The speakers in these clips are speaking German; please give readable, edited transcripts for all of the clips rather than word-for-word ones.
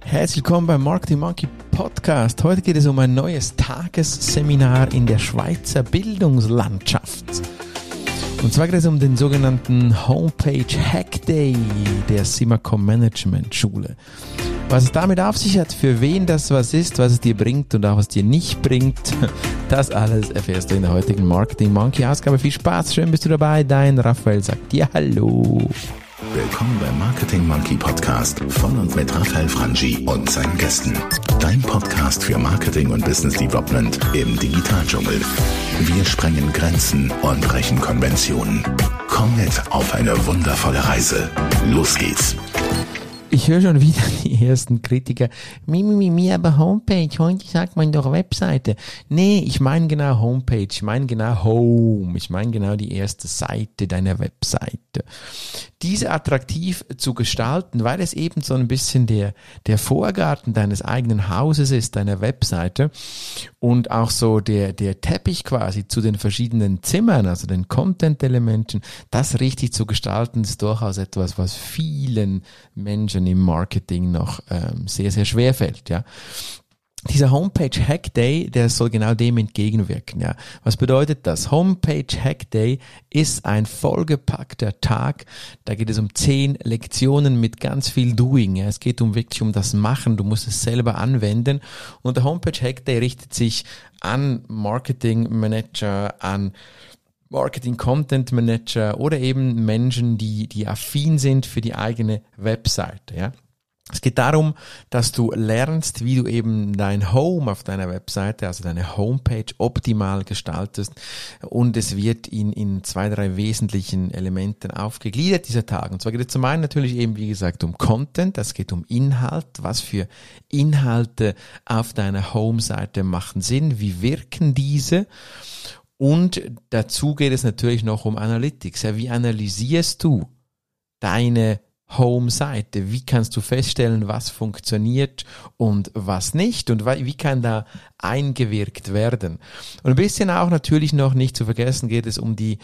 Herzlich willkommen beim Marketing Monkey Podcast. Heute geht es um ein neues Tagesseminar in der Schweizer Bildungslandschaft. Und zwar geht es um den sogenannten Homepage Hack Day der Simacom Management Schule. Was es damit auf sich hat, für wen das was ist, was es dir bringt und auch was dir nicht bringt, das alles erfährst du in der heutigen Marketing Monkey Ausgabe. Viel Spaß, schön bist du dabei. Dein Raphael sagt dir Hallo. Willkommen beim Marketing Monkey Podcast von und mit Raphael Frangi und seinen Gästen. Dein Podcast für Marketing und Business Development im Digitaldschungel. Wir sprengen Grenzen und brechen Konventionen. Komm mit auf eine wundervolle Reise. Los geht's. Ich höre schon wieder die ersten Kritiker. Aber Homepage, heute sagt man doch Webseite. Nee, ich meine genau Homepage, ich meine genau Home, ich meine genau die erste Seite deiner Webseite. Diese attraktiv zu gestalten, weil es eben so ein bisschen der Vorgarten deines eigenen Hauses ist, deiner Webseite und auch so der Teppich quasi zu den verschiedenen Zimmern, also den Content-Elementen, das richtig zu gestalten, ist durchaus etwas, was vielen Menschen im Marketing noch sehr, sehr schwer fällt, ja. Dieser Homepage Hack Day, der soll genau dem entgegenwirken, ja. Was bedeutet das? Homepage Hack Day ist ein vollgepackter Tag. Da geht es um 10 Lektionen mit ganz viel Doing, ja. Es geht wirklich um das Machen. Du musst es selber anwenden. Und der Homepage Hack Day richtet sich an Marketing Manager, an Marketing Content Manager oder eben Menschen, die affin sind für die eigene Webseite, ja. Es geht darum, dass du lernst, wie du eben dein Home auf deiner Webseite, also deine Homepage optimal gestaltest, und es wird in 2, 3 wesentlichen Elementen aufgegliedert, dieser Tag. Und zwar geht es zum einen natürlich eben, wie gesagt, um Content, es geht um Inhalt, was für Inhalte auf deiner Home-Seite machen Sinn, wie wirken diese. Und dazu geht es natürlich noch um Analytics. Ja, wie analysierst du deine Home-Seite? Wie kannst du feststellen, was funktioniert und was nicht? Und wie kann da eingewirkt werden? Und ein bisschen auch natürlich noch nicht zu vergessen geht es um die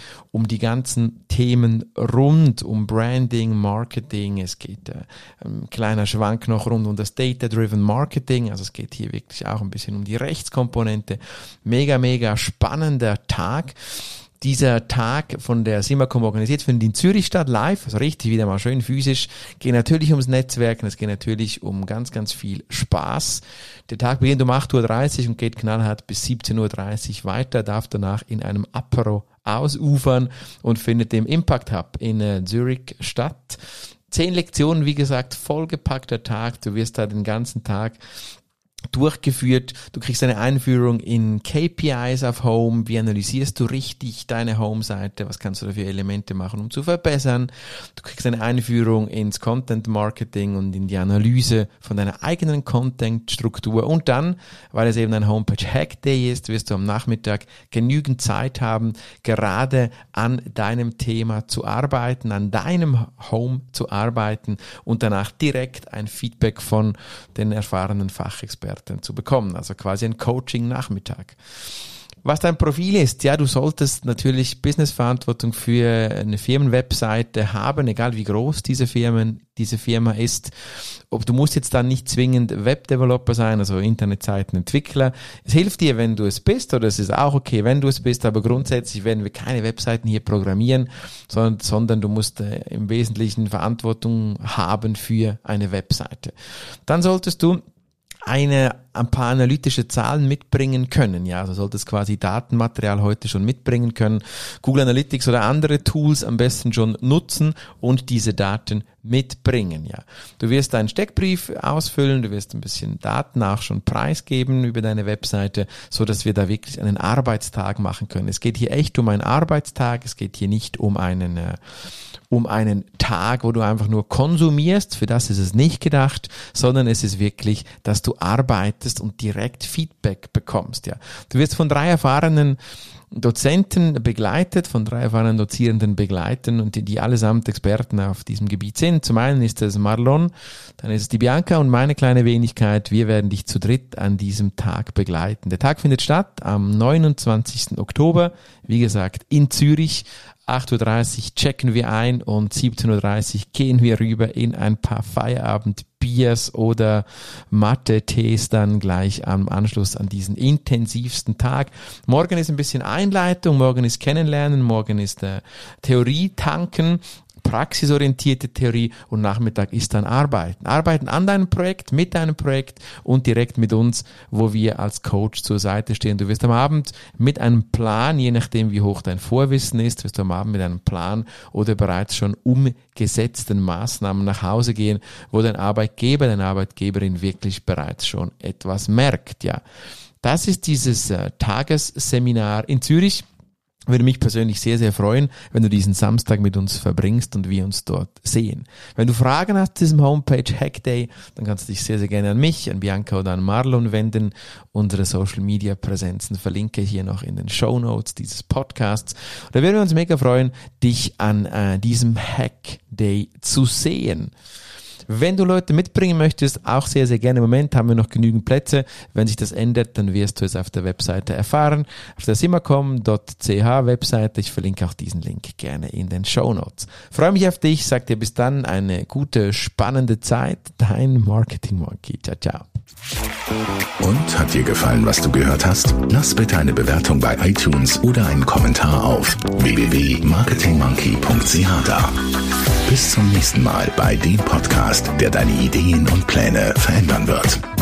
ganzen Themen rund um Branding, Marketing. Es geht ein kleiner Schwank noch rund um das Data-Driven Marketing. Also es geht hier wirklich auch ein bisschen um die Rechtskomponente. Mega, mega spannender Tag. Dieser Tag von der Simacom organisiert findet in Zürich statt, live, also richtig wieder mal schön physisch. Geht natürlich ums Netzwerken, es geht natürlich um ganz, ganz viel Spaß. Der Tag beginnt um 8.30 Uhr und geht knallhart bis 17.30 Uhr weiter, darf danach in einem Apero ausufern und findet im Impact Hub in Zürich statt. 10 Lektionen, wie gesagt, vollgepackter Tag, du wirst da den ganzen Tag durchgeführt, du kriegst eine Einführung in KPIs auf Home, wie analysierst du richtig deine Home-Seite, was kannst du da für Elemente machen, um zu verbessern, du kriegst eine Einführung ins Content-Marketing und in die Analyse von deiner eigenen Content-Struktur und dann, weil es eben ein Homepage-Hack-Day ist, wirst du am Nachmittag genügend Zeit haben, gerade an deinem Thema zu arbeiten, an deinem Home zu arbeiten und danach direkt ein Feedback von den erfahrenen Fachexperten zu bekommen, also quasi ein Coaching-Nachmittag. Was dein Profil ist, ja, du solltest natürlich Businessverantwortung für eine Firmenwebseite haben, egal wie groß diese Firma ist. Du musst jetzt dann nicht zwingend Webdeveloper sein, also Internetseitenentwickler. Es hilft dir, wenn du es bist, oder es ist auch okay, wenn du es bist, aber grundsätzlich werden wir keine Webseiten hier programmieren, sondern du musst im Wesentlichen Verantwortung haben für eine Webseite. Dann solltest du ein paar analytische Zahlen mitbringen können. Ja, also solltest quasi Datenmaterial heute schon mitbringen können. Google Analytics oder andere Tools am besten schon nutzen und diese Daten mitbringen. Ja, du wirst einen Steckbrief ausfüllen, du wirst ein bisschen Daten auch schon preisgeben über deine Webseite, so dass wir da wirklich einen Arbeitstag machen können. Es geht hier echt um einen Arbeitstag, es geht hier nicht um einen Tag, wo du einfach nur konsumierst, für das ist es nicht gedacht, sondern es ist wirklich, dass du arbeitest und direkt Feedback bekommst. Ja, du wirst von 3 erfahrenen Dozenten begleitet, von 3 erfahrenen Dozierenden begleiten und die allesamt Experten auf diesem Gebiet sind. Zum einen ist es Marlon, dann ist es die Bianca und meine kleine Wenigkeit. Wir werden dich zu dritt an diesem Tag begleiten. Der Tag findet statt am 29. Oktober, wie gesagt, in Zürich. 8.30 Uhr checken wir ein und 17.30 Uhr gehen wir rüber in ein paar Feierabend Biers oder Mathe-Tees dann gleich am Anschluss an diesen intensivsten Tag. Morgen ist ein bisschen Einleitung, morgen ist Kennenlernen, morgen ist Theorie tanken, praxisorientierte Theorie und Nachmittag ist dann Arbeiten. Arbeiten an deinem Projekt, mit deinem Projekt und direkt mit uns, wo wir als Coach zur Seite stehen. Du wirst am Abend mit einem Plan, je nachdem wie hoch dein Vorwissen ist, wirst du am Abend mit einem Plan oder bereits schon umgesetzten Maßnahmen nach Hause gehen, wo dein Arbeitgeber, deine Arbeitgeberin wirklich bereits schon etwas merkt. Ja, das ist dieses Tagesseminar in Zürich. Würde mich persönlich sehr, sehr freuen, wenn du diesen Samstag mit uns verbringst und wir uns dort sehen. Wenn du Fragen hast zu diesem Homepage Hack Day, dann kannst du dich sehr, sehr gerne an mich, an Bianca oder an Marlon wenden. Unsere Social Media Präsenzen verlinke ich hier noch in den Shownotes dieses Podcasts. Da würden wir uns mega freuen, dich an diesem Hack Day zu sehen. Wenn du Leute mitbringen möchtest, auch sehr, sehr gerne. Im Moment haben wir noch genügend Plätze. Wenn sich das ändert, dann wirst du es auf der Webseite erfahren. Auf der simacom.ch Webseite. Ich verlinke auch diesen Link gerne in den Shownotes. Freue mich auf dich. Sag dir bis dann eine gute, spannende Zeit. Dein Marketing Monkey. Ciao, ciao. Und hat dir gefallen, was du gehört hast? Lass bitte eine Bewertung bei iTunes oder einen Kommentar auf www.marketingmonkey.ch da. Bis zum nächsten Mal bei dem Podcast, der deine Ideen und Pläne verändern wird.